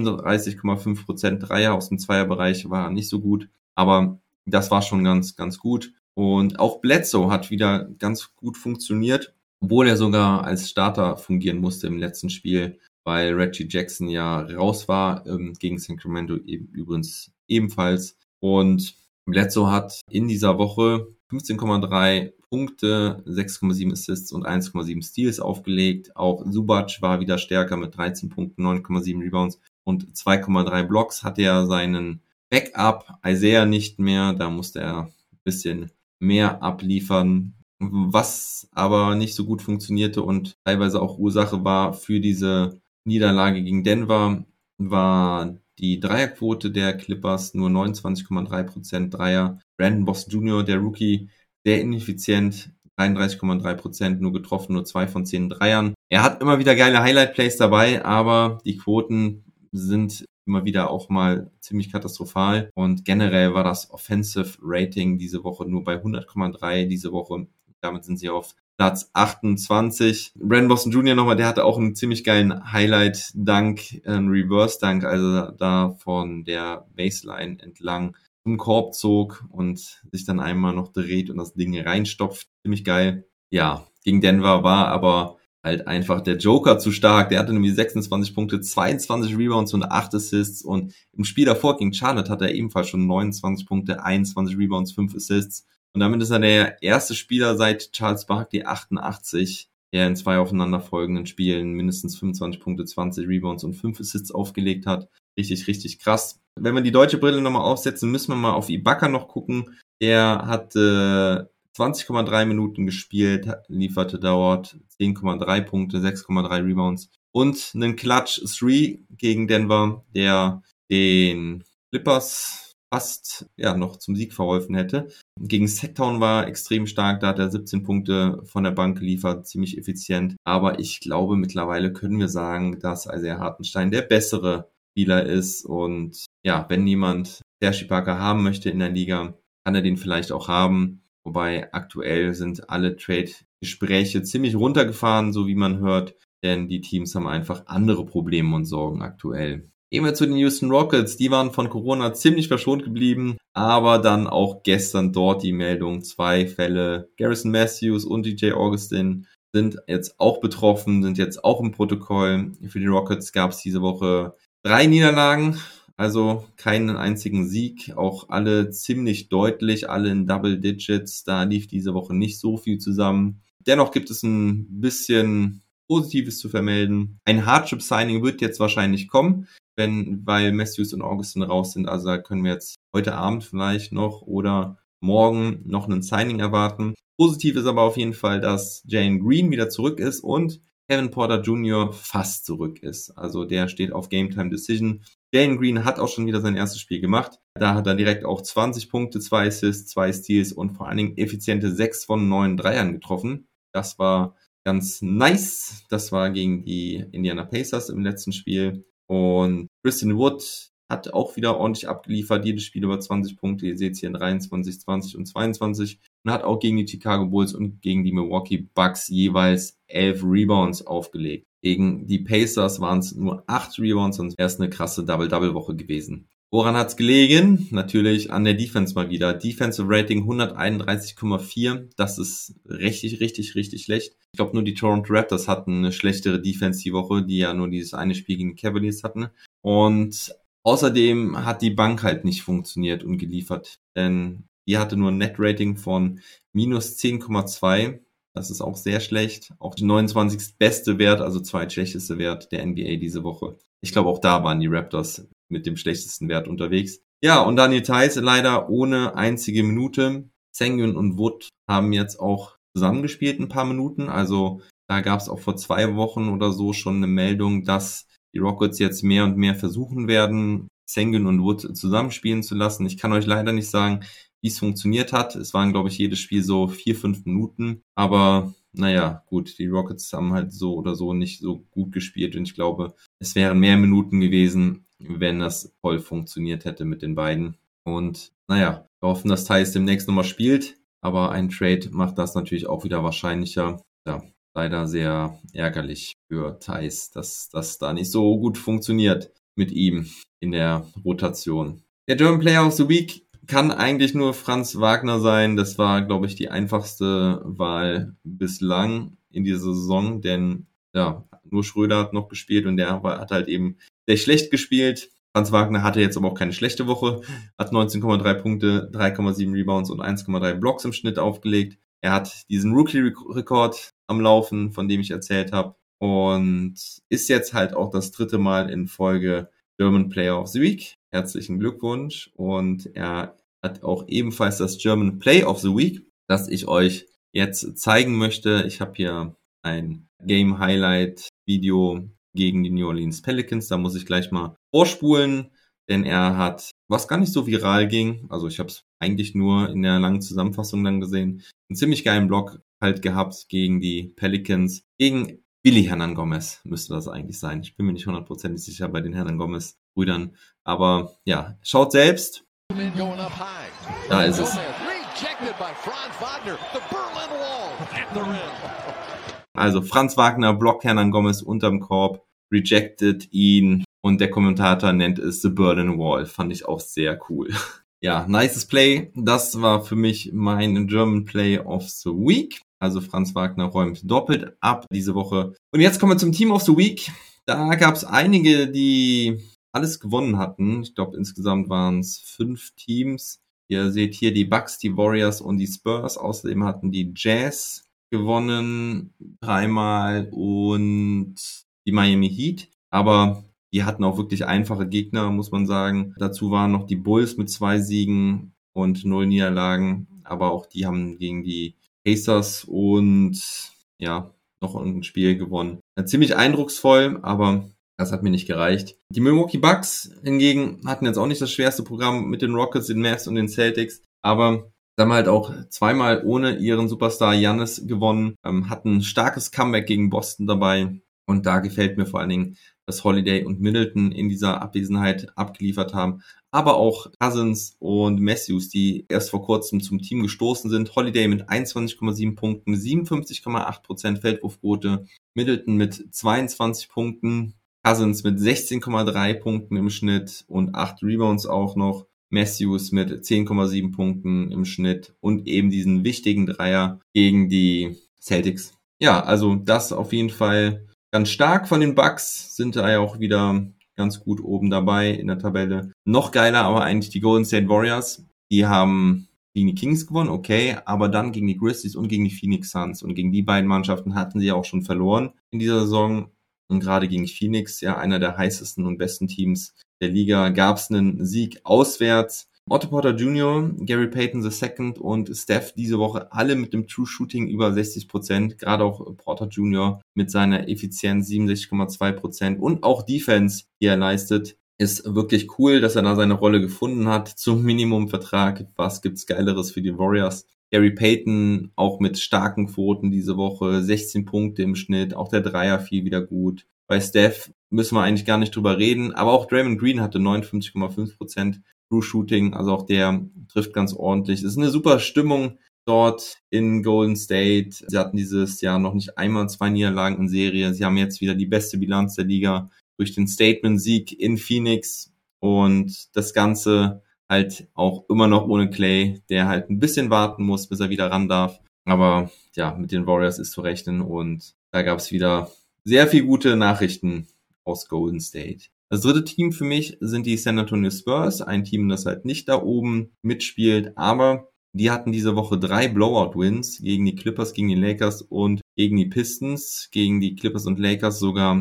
37,5% Dreier aus dem Zweierbereich war nicht so gut, aber das war schon ganz, ganz gut. Und auch Bledsoe hat wieder ganz gut funktioniert, obwohl er sogar als Starter fungieren musste im letzten Spiel, weil Reggie Jackson ja raus war, gegen Sacramento übrigens ebenfalls. Und Bledsoe hat in dieser Woche 15,3 Punkte, 6,7 Assists und 1,7 Steals aufgelegt. Auch Zubac war wieder stärker mit 13 Punkten, 9,7 Rebounds und 2,3 Blocks. Hatte er seinen Backup Isaiah nicht mehr, da musste er ein bisschen mehr abliefern, was aber nicht so gut funktionierte und teilweise auch Ursache war für diese Niederlage gegen Denver, war die Dreierquote der Clippers nur 29,3% Dreier. Brandon Boston Jr., der Rookie, sehr ineffizient, 33,3% nur getroffen, nur 2 von 10 Dreiern. Er hat immer wieder geile Highlight-Plays dabei, aber die Quoten sind immer wieder auch mal ziemlich katastrophal. Und generell war das Offensive Rating diese Woche nur bei 100,3 diese Woche. Damit sind sie auf Platz 28. Brandon Boston Jr. nochmal, der hatte auch einen ziemlich geilen Highlight-Dunk, einen Reverse-Dunk, also da von der Baseline entlang zum Korb zog und sich dann einmal noch dreht und das Ding reinstopft. Ziemlich geil. Ja, gegen Denver war aber halt einfach der Joker zu stark. Der hatte nämlich 26 Punkte, 22 Rebounds und 8 Assists. Und im Spiel davor gegen Charlotte hat er ebenfalls schon 29 Punkte, 21 Rebounds, 5 Assists. Und damit ist er der erste Spieler seit Charles Barkley 88, der in 2 aufeinanderfolgenden Spielen mindestens 25 Punkte, 20 Rebounds und 5 Assists aufgelegt hat. Richtig, richtig krass. Wenn wir die deutsche Brille nochmal aufsetzen, müssen wir mal auf Ibaka noch gucken. Der hatte 20,3 Minuten gespielt, lieferte dort 10,3 Punkte, 6,3 Rebounds und einen Clutch 3 gegen Denver, der den Clippers fast noch zum Sieg verholfen hätte. Gegen Sacktown war er extrem stark, da hat er 17 Punkte von der Bank geliefert, ziemlich effizient. Aber ich glaube, mittlerweile können wir sagen, dass Isaiah Hartenstein der bessere Spieler ist. Und ja, wenn jemand Serge Ibaka haben möchte in der Liga, kann er den vielleicht auch haben. Wobei aktuell sind alle Trade-Gespräche ziemlich runtergefahren, so wie man hört. Denn die Teams haben einfach andere Probleme und Sorgen aktuell. Gehen wir zu den Houston Rockets. Die waren von Corona ziemlich verschont geblieben, aber dann auch gestern dort die Meldung, 2 Fälle. Garrison Matthews und DJ Augustin sind jetzt auch betroffen, sind jetzt auch im Protokoll. Für die Rockets gab es diese Woche 3 Niederlagen, also keinen einzigen Sieg, auch alle ziemlich deutlich, alle in Double Digits. Da lief diese Woche nicht so viel zusammen. Dennoch gibt es ein bisschen Positives zu vermelden. Ein Hardship-Signing wird jetzt wahrscheinlich kommen, weil Matthews und Augustin raus sind. Also da können wir jetzt heute Abend vielleicht noch oder morgen noch einen Signing erwarten. Positiv ist aber auf jeden Fall, dass Jalen Green wieder zurück ist und Kevin Porter Jr. fast zurück ist. Also der steht auf Game Time Decision. Jalen Green hat auch schon wieder sein erstes Spiel gemacht. Da hat er direkt auch 20 Punkte, 2 Assists, 2 Steals und vor allen Dingen effiziente 6 von 9 Dreiern getroffen. Das war ganz nice. Das war gegen die Indiana Pacers im letzten Spiel. Und Christian Wood hat auch wieder ordentlich abgeliefert. Jedes Spiel über 20 Punkte. Ihr seht es hier in 23, 20 und 22. Und hat auch gegen die Chicago Bulls und gegen die Milwaukee Bucks jeweils 11 Rebounds aufgelegt. Gegen die Pacers waren es nur 8 Rebounds und erst eine krasse Double-Double-Woche gewesen. Woran hat's gelegen? Natürlich an der Defense mal wieder. Defensive Rating 131,4. Das ist richtig, richtig, richtig schlecht. Ich glaube, nur die Toronto Raptors hatten eine schlechtere Defense die Woche, die ja nur dieses eine Spiel gegen die Cavaliers hatten. Und außerdem hat die Bank halt nicht funktioniert und geliefert. Denn die hatte nur ein Net-Rating von minus 10,2. Das ist auch sehr schlecht. Auch der 29. beste Wert, also zweitschlechteste Wert der NBA diese Woche. Ich glaube, auch da waren die Raptors mit dem schlechtesten Wert unterwegs. Ja, und Daniel Theis leider ohne einzige Minute. Sengun und Wood haben jetzt auch zusammengespielt ein paar Minuten. Also da gab es auch vor 2 Wochen oder so schon eine Meldung, dass die Rockets jetzt mehr und mehr versuchen werden, Sengun und Wood zusammenspielen zu lassen. Ich kann euch leider nicht sagen, wie es funktioniert hat. Es waren, glaube ich, jedes Spiel so 4-5 Minuten. Aber naja, gut, die Rockets haben halt so oder so nicht so gut gespielt. Und ich glaube, es wären mehr Minuten gewesen, wenn das voll funktioniert hätte mit den beiden. Und naja, wir hoffen, dass Theis demnächst nochmal spielt. Aber ein Trade macht das natürlich auch wieder wahrscheinlicher. Ja, leider sehr ärgerlich für Theis, dass das da nicht so gut funktioniert mit ihm in der Rotation. Der German Player of the Week kann eigentlich nur Franz Wagner sein. Das war, glaube ich, die einfachste Wahl bislang in dieser Saison, denn ja, nur Schröder hat noch gespielt und der hat halt eben sehr schlecht gespielt. Franz Wagner hatte jetzt aber auch keine schlechte Woche, hat 19,3 Punkte, 3,7 Rebounds und 1,3 Blocks im Schnitt aufgelegt. Er hat diesen Rookie-Rekord am Laufen, von dem ich erzählt habe, und ist jetzt halt auch das 3. Mal in Folge German Player of the Week. Herzlichen Glückwunsch. Und er hat auch ebenfalls das German Play of the Week, das ich euch jetzt zeigen möchte. Ich habe hier ein Game Highlight Video gegen die New Orleans Pelicans. Da muss ich gleich mal vorspulen, denn er hat, was gar nicht so viral ging, also ich habe es eigentlich nur in der langen Zusammenfassung dann gesehen, einen ziemlich geilen Block halt gehabt gegen die Pelicans, gegen Willy Hernangomez müsste das eigentlich sein. Ich bin mir nicht 100% sicher bei den Hernangomez-Brüdern, aber ja, schaut selbst. Da ist es. Also Franz Wagner, Block Hernangomez unterm Korb, rejected ihn und der Kommentator nennt es The Berlin Wall. Fand ich auch sehr cool. Ja, nices Play. Das war für mich mein German Play of the Week. Also Franz Wagner räumt doppelt ab diese Woche. Und jetzt kommen wir zum Team of the Week. Da gab es einige, die alles gewonnen hatten. Ich glaube, insgesamt waren es 5 Teams. Ihr seht hier die Bucks, die Warriors und die Spurs. Außerdem hatten die Jazz gewonnen 3-mal und die Miami Heat. Aber die hatten auch wirklich einfache Gegner, muss man sagen. Dazu waren noch die Bulls mit 2 Siegen und 0 Niederlagen. Aber auch die haben gegen die Pacers und ja, noch ein Spiel gewonnen. Ziemlich eindrucksvoll, aber das hat mir nicht gereicht. Die Milwaukee Bucks hingegen hatten jetzt auch nicht das schwerste Programm mit den Rockets, den Mavs und den Celtics, aber sie haben halt auch 2-mal ohne ihren Superstar Giannis gewonnen, hatten ein starkes Comeback gegen Boston dabei und da gefällt mir vor allen Dingen, dass Holiday und Middleton in dieser Abwesenheit abgeliefert haben, aber auch Cousins und Matthews, die erst vor kurzem zum Team gestoßen sind. Holiday mit 21,7 Punkten, 57,8% Feldwurfquote, Middleton mit 22 Punkten, Cousins mit 16,3 Punkten im Schnitt und 8 Rebounds auch noch, Matthews mit 10,7 Punkten im Schnitt und eben diesen wichtigen Dreier gegen die Celtics. Ja, also das auf jeden Fall ganz stark von den Bucks, sind da ja auch wieder ganz gut oben dabei in der Tabelle. Noch geiler aber eigentlich die Golden State Warriors. Die haben gegen die Kings gewonnen, okay, aber dann gegen die Grizzlies und gegen die Phoenix Suns. Und gegen die beiden Mannschaften hatten sie ja auch schon verloren in dieser Saison. Und gerade gegen Phoenix, ja einer der heißesten und besten Teams der Liga, gab es einen Sieg auswärts. Otto Porter Jr., Gary Payton II und Steph diese Woche alle mit dem True Shooting über 60%, gerade auch Porter Jr. mit seiner Effizienz 67,2% und auch Defense, die er leistet, ist wirklich cool, dass er da seine Rolle gefunden hat zum Minimumvertrag. Was gibt's Geileres für die Warriors? Gary Payton auch mit starken Quoten diese Woche, 16 Punkte im Schnitt, auch der Dreier fiel wieder gut. Bei Steph müssen wir eigentlich gar nicht drüber reden, aber auch Draymond Green hatte 59,5% True Shooting, also auch der trifft ganz ordentlich. Es ist eine super Stimmung dort in Golden State. Sie hatten dieses Jahr noch nicht einmal 2 Niederlagen in Serie. Sie haben jetzt wieder die beste Bilanz der Liga durch den Statement-Sieg in Phoenix und das Ganze halt auch immer noch ohne Clay, der halt ein bisschen warten muss, bis er wieder ran darf. Aber ja, mit den Warriors ist zu rechnen und da gab es wieder sehr viel gute Nachrichten aus Golden State. Das dritte Team für mich sind die San Antonio Spurs, ein Team, das halt nicht da oben mitspielt, aber die hatten diese Woche 3 Blowout-Wins gegen die Clippers, gegen die Lakers und gegen die Pistons. Gegen die Clippers und Lakers sogar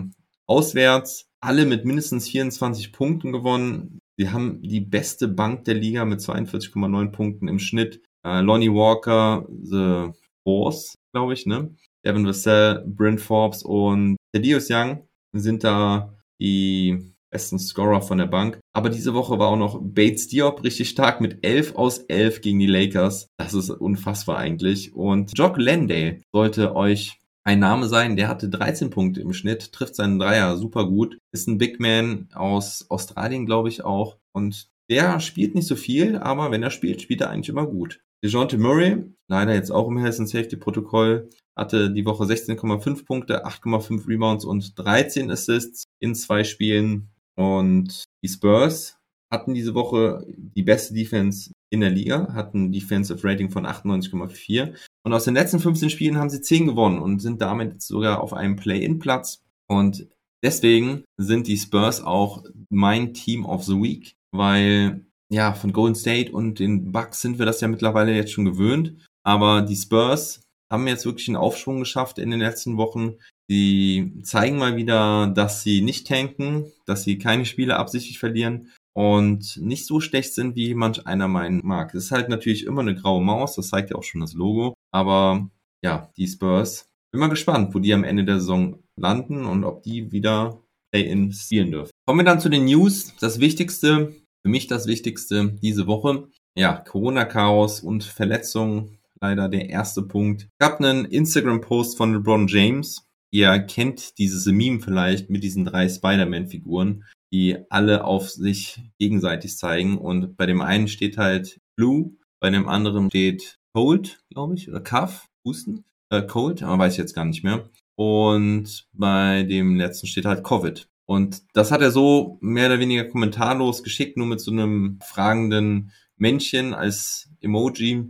auswärts, alle mit mindestens 24 Punkten gewonnen. Sie haben die beste Bank der Liga mit 42,9 Punkten im Schnitt. Lonnie Walker, The Force, glaube ich, ne? Devin Vassell, Bryn Forbes und Thaddeus Young sind da die besten Scorer von der Bank. Aber diese Woche war auch noch Bates Diop richtig stark mit 11 aus 11 gegen die Lakers. Das ist unfassbar eigentlich. Und Jock Landale sollte euch ein Name sein, der hatte 13 Punkte im Schnitt, trifft seinen Dreier super gut, ist ein Big Man aus Australien, glaube ich auch. Und der spielt nicht so viel, aber wenn er spielt, spielt er eigentlich immer gut. DeJounte Murray, leider jetzt auch im Health and Safety Protokoll, hatte die Woche 16,5 Punkte, 8,5 Rebounds und 13 Assists in 2 Spielen. Und die Spurs hatten diese Woche die beste Defense in der Liga, hatten Defensive Rating von 98,4. Und aus den letzten 15 Spielen haben sie 10 gewonnen und sind damit sogar auf einem Play-in-Platz. Und deswegen sind die Spurs auch mein Team of the Week, weil ja, von Golden State und den Bucks sind wir das ja mittlerweile jetzt schon gewöhnt. Aber die Spurs haben jetzt wirklich einen Aufschwung geschafft in den letzten Wochen. Sie zeigen mal wieder, dass sie nicht tanken, dass sie keine Spiele absichtlich verlieren und nicht so schlecht sind, wie manch einer meinen mag. Es ist halt natürlich immer eine graue Maus, das zeigt ja auch schon das Logo. Aber ja, die Spurs, bin mal gespannt, wo die am Ende der Saison landen und ob die wieder Play-in spielen dürfen. Kommen wir dann zu den News. Das Wichtigste, für mich das Wichtigste diese Woche, ja, Corona-Chaos und Verletzungen. Leider der erste Punkt. Es gab einen Instagram-Post von LeBron James. Ihr kennt dieses Meme vielleicht mit diesen 3 Spider-Man-Figuren, die alle auf sich gegenseitig zeigen. Und bei dem einen steht halt Blue, bei dem anderen steht Cold, glaube ich, oder Cough, Husten, Cold, aber weiß ich jetzt gar nicht mehr. Und bei dem letzten steht halt Covid. Und das hat er so mehr oder weniger kommentarlos geschickt, nur mit so einem fragenden Männchen als Emoji.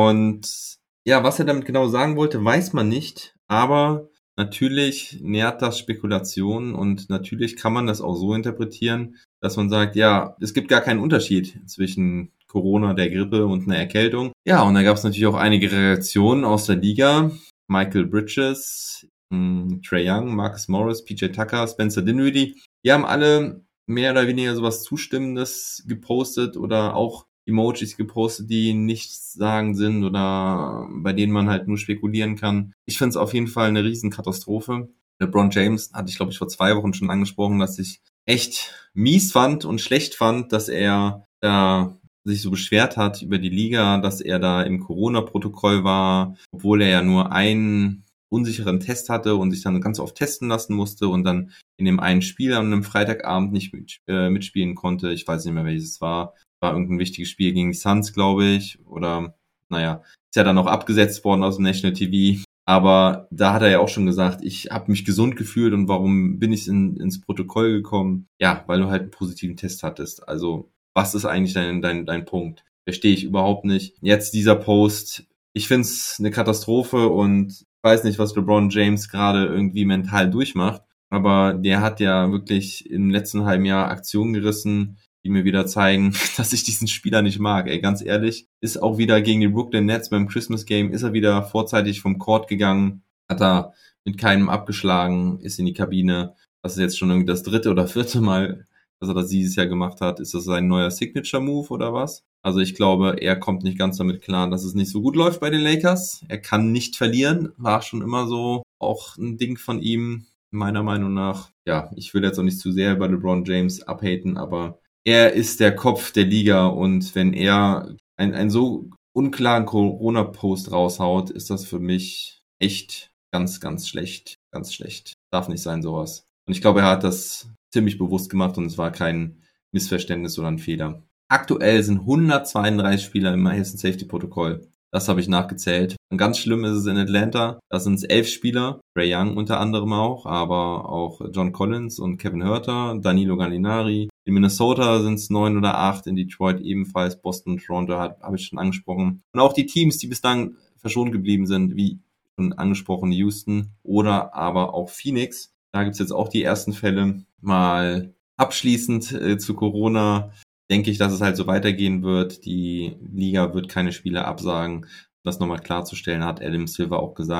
Und ja, was er damit genau sagen wollte, weiß man nicht. Aber natürlich nährt das Spekulationen und natürlich kann man das auch so interpretieren, dass man sagt, ja, es gibt gar keinen Unterschied zwischen Corona, der Grippe und einer Erkältung. Ja, und da gab es natürlich auch einige Reaktionen aus der Liga. Michael Bridges, Trae Young, Marcus Morris, PJ Tucker, Spencer Dinwiddie. Die haben alle mehr oder weniger sowas Zustimmendes gepostet oder auch Emojis gepostet, die nichts sagen sind oder bei denen man halt nur spekulieren kann. Ich finde es auf jeden Fall eine Riesenkatastrophe. LeBron James hatte ich, glaube ich, vor 2 Wochen schon angesprochen, dass ich echt mies fand und schlecht fand, dass er da sich so beschwert hat über die Liga, dass er da im Corona-Protokoll war, obwohl er ja nur einen unsicheren Test hatte und sich dann ganz oft testen lassen musste und dann in dem einen Spiel an einem Freitagabend nicht mitspielen konnte. Ich weiß nicht mehr, welches war. War irgendein wichtiges Spiel gegen die Suns, glaube ich. Oder, naja, ist ja dann auch abgesetzt worden aus dem National TV. Aber da hat er ja auch schon gesagt, ich habe mich gesund gefühlt und warum bin ich ins Protokoll gekommen? Ja, weil du halt einen positiven Test hattest. Also, was ist eigentlich dein Punkt? Verstehe ich überhaupt nicht. Jetzt dieser Post, ich finde es eine Katastrophe und ich weiß nicht, was LeBron James gerade irgendwie mental durchmacht. Aber der hat ja wirklich im letzten halben Jahr Aktionen gerissen, die mir wieder zeigen, dass ich diesen Spieler nicht mag. Ey, ganz ehrlich, ist auch wieder gegen die Brooklyn Nets beim Christmas Game, ist er wieder vorzeitig vom Court gegangen, hat er mit keinem abgeschlagen, ist in die Kabine. Das ist jetzt schon irgendwie das 3. oder 4. Mal, dass er das dieses Jahr gemacht hat. Ist das sein neuer Signature-Move oder was? Also ich glaube, er kommt nicht ganz damit klar, dass es nicht so gut läuft bei den Lakers. Er kann nicht verlieren, war schon immer so auch ein Ding von ihm, meiner Meinung nach. Ja, ich will jetzt auch nicht zu sehr über LeBron James abhaten, aber er ist der Kopf der Liga und wenn er einen so unklaren Corona-Post raushaut, ist das für mich echt ganz, ganz schlecht. Ganz schlecht. Darf nicht sein, sowas. Und ich glaube, er hat das ziemlich bewusst gemacht und es war kein Missverständnis oder ein Fehler. Aktuell sind 132 Spieler im Health and Safety Protokoll. Das habe ich nachgezählt. Und ganz schlimm ist es in Atlanta. Da sind es 11 Spieler. Trae Young unter anderem auch, aber auch John Collins und Kevin Huerter, Danilo Gallinari. In Minnesota sind es 9 oder 8, in Detroit ebenfalls, Boston und Toronto habe ich schon angesprochen. Und auch die Teams, die bislang verschont geblieben sind, wie schon angesprochen, Houston oder aber auch Phoenix. Da gibt es jetzt auch die ersten Fälle. Mal abschließend zu Corona denke ich, dass es halt so weitergehen wird. Die Liga wird keine Spiele absagen. Das nochmal klarzustellen, hat Adam Silver auch gesagt.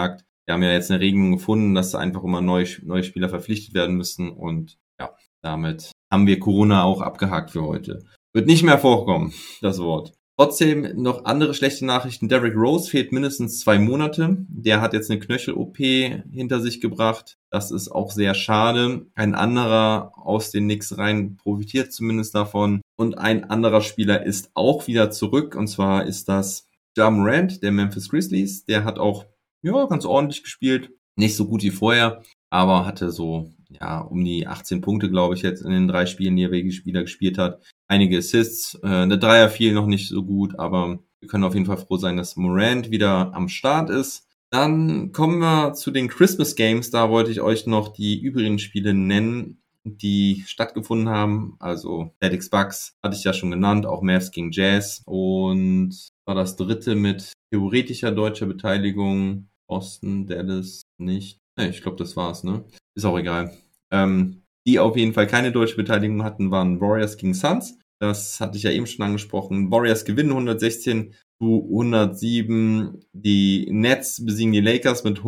wir haben ja jetzt eine Regelung gefunden, dass einfach immer neue Spieler verpflichtet werden müssen und ja, damit haben wir Corona auch abgehakt für heute. Wird nicht mehr vorkommen, das Wort. Trotzdem noch andere schlechte Nachrichten. Derrick Rose fehlt mindestens 2 Monate. Der hat jetzt eine Knöchel-OP hinter sich gebracht. Das ist auch sehr schade. Ein anderer aus den Knicks rein profitiert zumindest davon. Und ein anderer Spieler ist auch wieder zurück. Und zwar ist das Ja Morant, der Memphis Grizzlies. Der hat auch ganz ordentlich gespielt. Nicht so gut wie vorher, aber hatte so um die 18 Punkte, glaube ich, jetzt in den 3 Spielen, die er wieder gespielt hat. Einige Assists, eine Dreier fiel noch nicht so gut, aber wir können auf jeden Fall froh sein, dass Morant wieder am Start ist. Dann kommen wir zu den Christmas Games. Da wollte ich euch noch die übrigen Spiele nennen, die stattgefunden haben. Also Celtics Bucks hatte ich ja schon genannt, auch Mavs gegen Jazz. Und war das dritte mit theoretischer deutscher Beteiligung. Boston, Dallas nicht. Ich glaube, das war's, ne? Ist auch egal. Die auf jeden Fall keine deutsche Beteiligung hatten, waren Warriors gegen Suns. Das hatte ich ja eben schon angesprochen. Warriors gewinnen 116-107. Die Nets besiegen die Lakers mit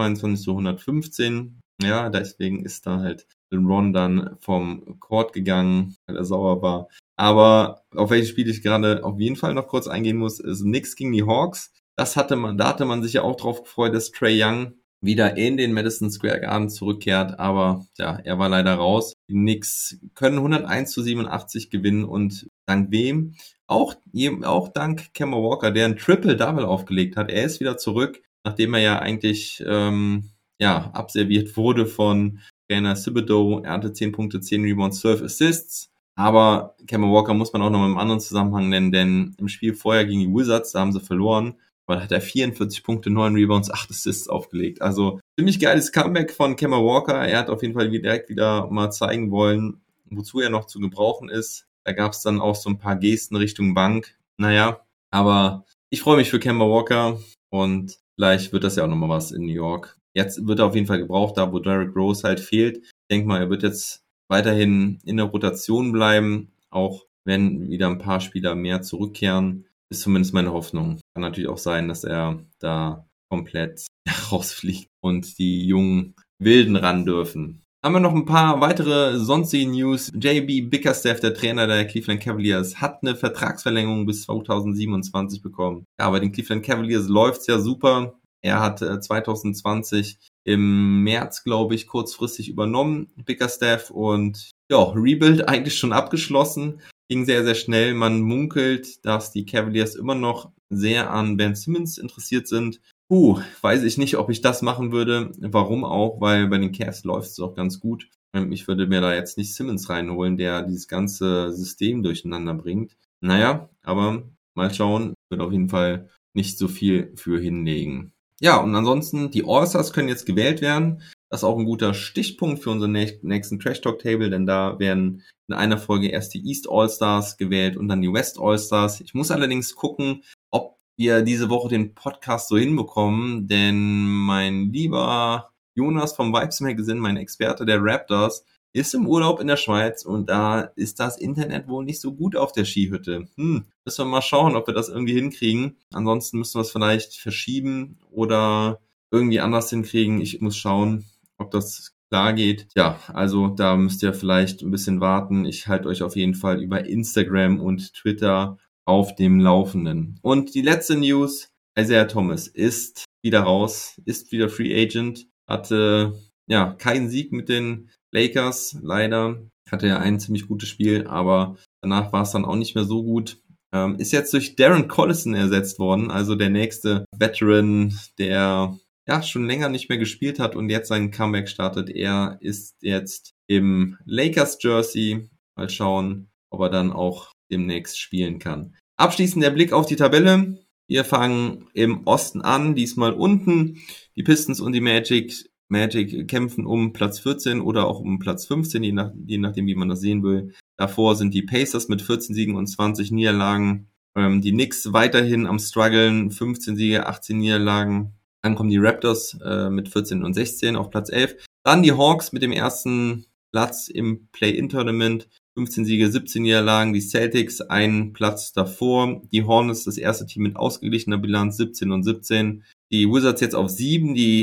122-115. Ja, deswegen ist da halt LeBron dann vom Court gegangen, weil er sauer war. Aber auf welches Spiel ich gerade auf jeden Fall noch kurz eingehen muss, ist Knicks gegen die Hawks. Da hatte man sich ja auch drauf gefreut, dass Trae Young wieder in den Madison Square Garden zurückkehrt, aber er war leider raus. Die Knicks können 101-87 gewinnen und dank wem? Auch dank Kemba Walker, der ein Triple-Double aufgelegt hat. Er ist wieder zurück, nachdem er ja eigentlich abserviert wurde von Trainer Thibodeau. Er hatte 10 Punkte, 10 Rebounds, 12 Assists. Aber Kemba Walker muss man auch noch im anderen Zusammenhang nennen, denn im Spiel vorher gegen die Wizards, da haben sie verloren, weil hat er 44 Punkte, 9 Rebounds, 8 Assists aufgelegt. Also ziemlich geiles Comeback von Kemba Walker. Er hat auf jeden Fall direkt wieder mal zeigen wollen, wozu er noch zu gebrauchen ist. Da gab es dann auch so ein paar Gesten Richtung Bank. Aber ich freue mich für Kemba Walker und vielleicht wird das ja auch nochmal was in New York. Jetzt wird er auf jeden Fall gebraucht, da wo Derrick Rose halt fehlt. Ich denke mal, er wird jetzt weiterhin in der Rotation bleiben, auch wenn wieder ein paar Spieler mehr zurückkehren. Ist zumindest meine Hoffnung. Kann natürlich auch sein, dass er da komplett rausfliegt und die jungen Wilden ran dürfen. Haben wir noch ein paar weitere sonstige News. JB Bickerstaff, der Trainer der Cleveland Cavaliers, hat eine Vertragsverlängerung bis 2027 bekommen. Ja, bei den Cleveland Cavaliers läuft's ja super. Er hat 2020 im März, glaube ich, kurzfristig übernommen, Bickerstaff, und Rebuild eigentlich schon abgeschlossen. Ging sehr, sehr schnell. Man munkelt, dass die Cavaliers immer noch sehr an Ben Simmons interessiert sind. Weiß ich nicht, ob ich das machen würde. Warum auch? Weil bei den Cavs läuft es auch ganz gut. Ich würde mir da jetzt nicht Simmons reinholen, der dieses ganze System durcheinander bringt. Aber mal schauen. Wird auf jeden Fall nicht so viel für hinlegen. Ja, und ansonsten, die All-Stars können jetzt gewählt werden. Das ist auch ein guter Stichpunkt für unseren nächsten Trash Talk Table, denn da werden in einer Folge erst die East All-Stars gewählt und dann die West All-Stars. Ich muss allerdings gucken, ob wir diese Woche den Podcast so hinbekommen, denn mein lieber Jonas vom Vibes Magazine, mein Experte der Raptors, ist im Urlaub in der Schweiz und da ist das Internet wohl nicht so gut auf der Skihütte. Müssen wir mal schauen, ob wir das irgendwie hinkriegen. Ansonsten müssen wir es vielleicht verschieben oder irgendwie anders hinkriegen. Ich muss schauen, ob das klar geht. Ja, also da müsst ihr vielleicht ein bisschen warten. Ich halte euch auf jeden Fall über Instagram und Twitter auf dem Laufenden. Und die letzte News, Isaiah Thomas ist wieder raus, ist wieder Free Agent, hatte keinen Sieg mit den Lakers, leider. Hatte ja ein ziemlich gutes Spiel, aber danach war es dann auch nicht mehr so gut. Ist jetzt durch Darren Collison ersetzt worden, also der nächste Veteran, der schon länger nicht mehr gespielt hat und jetzt seinen Comeback startet. Er ist jetzt im Lakers-Jersey. Mal schauen, ob er dann auch demnächst spielen kann. Abschließend der Blick auf die Tabelle. Wir fangen im Osten an, diesmal unten. Die Pistons und die Magic kämpfen um Platz 14 oder auch um Platz 15, je nachdem, wie man das sehen will. Davor sind die Pacers mit 14 Siegen und 20 Niederlagen. Die Knicks weiterhin am struggeln, 15 Siege, 18 Niederlagen. Dann kommen die Raptors mit 14 und 16 auf Platz 11. Dann die Hawks mit dem ersten Platz im Play-In-Tournament. 15 Siege, 17 Niederlagen. Die Celtics einen Platz davor. Die Hornets, das erste Team mit ausgeglichener Bilanz, 17 und 17. Die Wizards jetzt auf 7. Die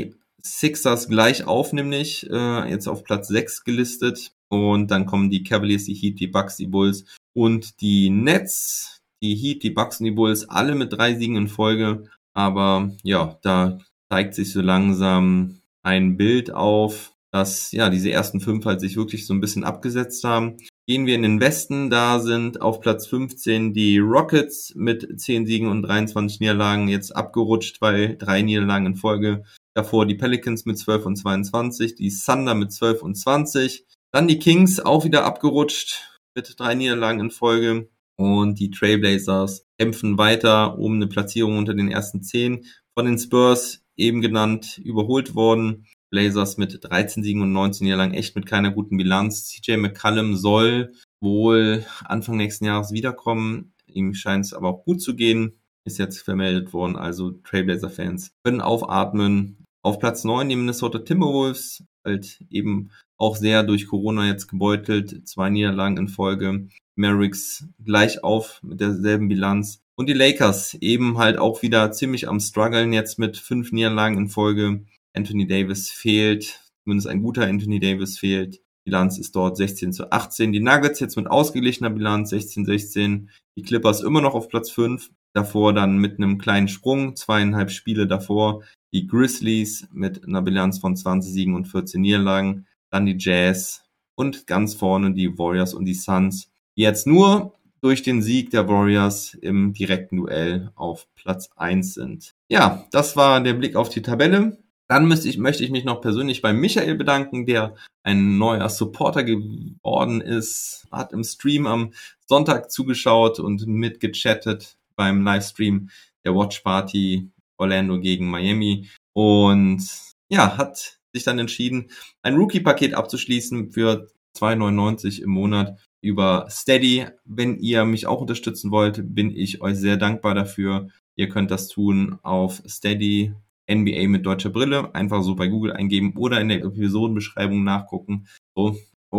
Sixers gleich auf, nämlich jetzt auf Platz 6 gelistet. Und dann kommen die Cavaliers, die Heat, die Bucks, die Bulls und die Nets. Die Heat, die Bucks und die Bulls, alle mit 3 Siegen in Folge. Aber ja, da zeigt sich so langsam ein Bild auf, dass ja diese ersten 5 halt sich wirklich so ein bisschen abgesetzt haben. Gehen wir in den Westen, da sind auf Platz 15 die Rockets mit 10 Siegen und 23 Niederlagen jetzt abgerutscht, bei 3 Niederlagen in Folge. Davor die Pelicans mit 12 und 22, die Thunder mit 12 und 20. Dann die Kings auch wieder abgerutscht mit 3 Niederlagen in Folge. Und die Trailblazers kämpfen weiter um eine Platzierung unter den ersten 10. Von den Spurs eben genannt, überholt worden. Blazers mit 13 Siegen und 19 Niederlagen, echt mit keiner guten Bilanz. CJ McCollum soll wohl Anfang nächsten Jahres wiederkommen. Ihm scheint es aber auch gut zu gehen. Ist jetzt vermeldet worden, also Trailblazer-Fans können aufatmen. Auf Platz 9 die Minnesota Timberwolves, halt eben auch sehr durch Corona jetzt gebeutelt. 2 Niederlagen in Folge. Mavericks gleich auf mit derselben Bilanz. Und die Lakers eben halt auch wieder ziemlich am struggeln jetzt mit 5 Niederlagen in Folge. Anthony Davis fehlt, zumindest ein guter Anthony Davis fehlt. Bilanz ist dort 16-18. Die Nuggets jetzt mit ausgeglichener Bilanz 16-16. Die Clippers immer noch auf Platz 5. Davor dann mit einem kleinen Sprung, 2,5 Spiele davor. Die Grizzlies mit einer Bilanz von 20 Siegen und 14 Niederlagen. Dann die Jazz und ganz vorne die Warriors und die Suns, die jetzt nur durch den Sieg der Warriors im direkten Duell auf Platz 1 sind. Ja, das war der Blick auf die Tabelle. Dann möchte ich mich noch persönlich bei Michael bedanken, der ein neuer Supporter geworden ist, hat im Stream am Sonntag zugeschaut und mitgechattet beim Livestream der Watch Party Orlando gegen Miami und ja, hat sich dann entschieden, ein Rookie-Paket abzuschließen für $2,99 im Monat über Steady. Wenn ihr mich auch unterstützen wollt, bin ich euch sehr dankbar dafür. Ihr könnt das tun auf Steady, NBA mit deutscher Brille, einfach so bei Google eingeben oder in der Episodenbeschreibung nachgucken. So.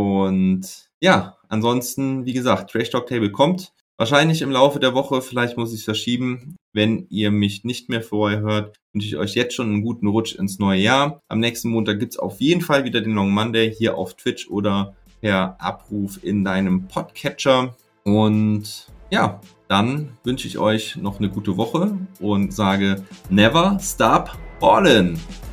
Und ja, ansonsten, wie gesagt, Trash Talk Table kommt wahrscheinlich im Laufe der Woche, vielleicht muss ich es verschieben. Wenn ihr mich nicht mehr vorher hört, wünsche ich euch jetzt schon einen guten Rutsch ins neue Jahr. Am nächsten Montag gibt's auf jeden Fall wieder den Long Monday hier auf Twitch oder per Abruf in deinem Podcatcher. Und ja, dann wünsche ich euch noch eine gute Woche und sage never stop ballin'.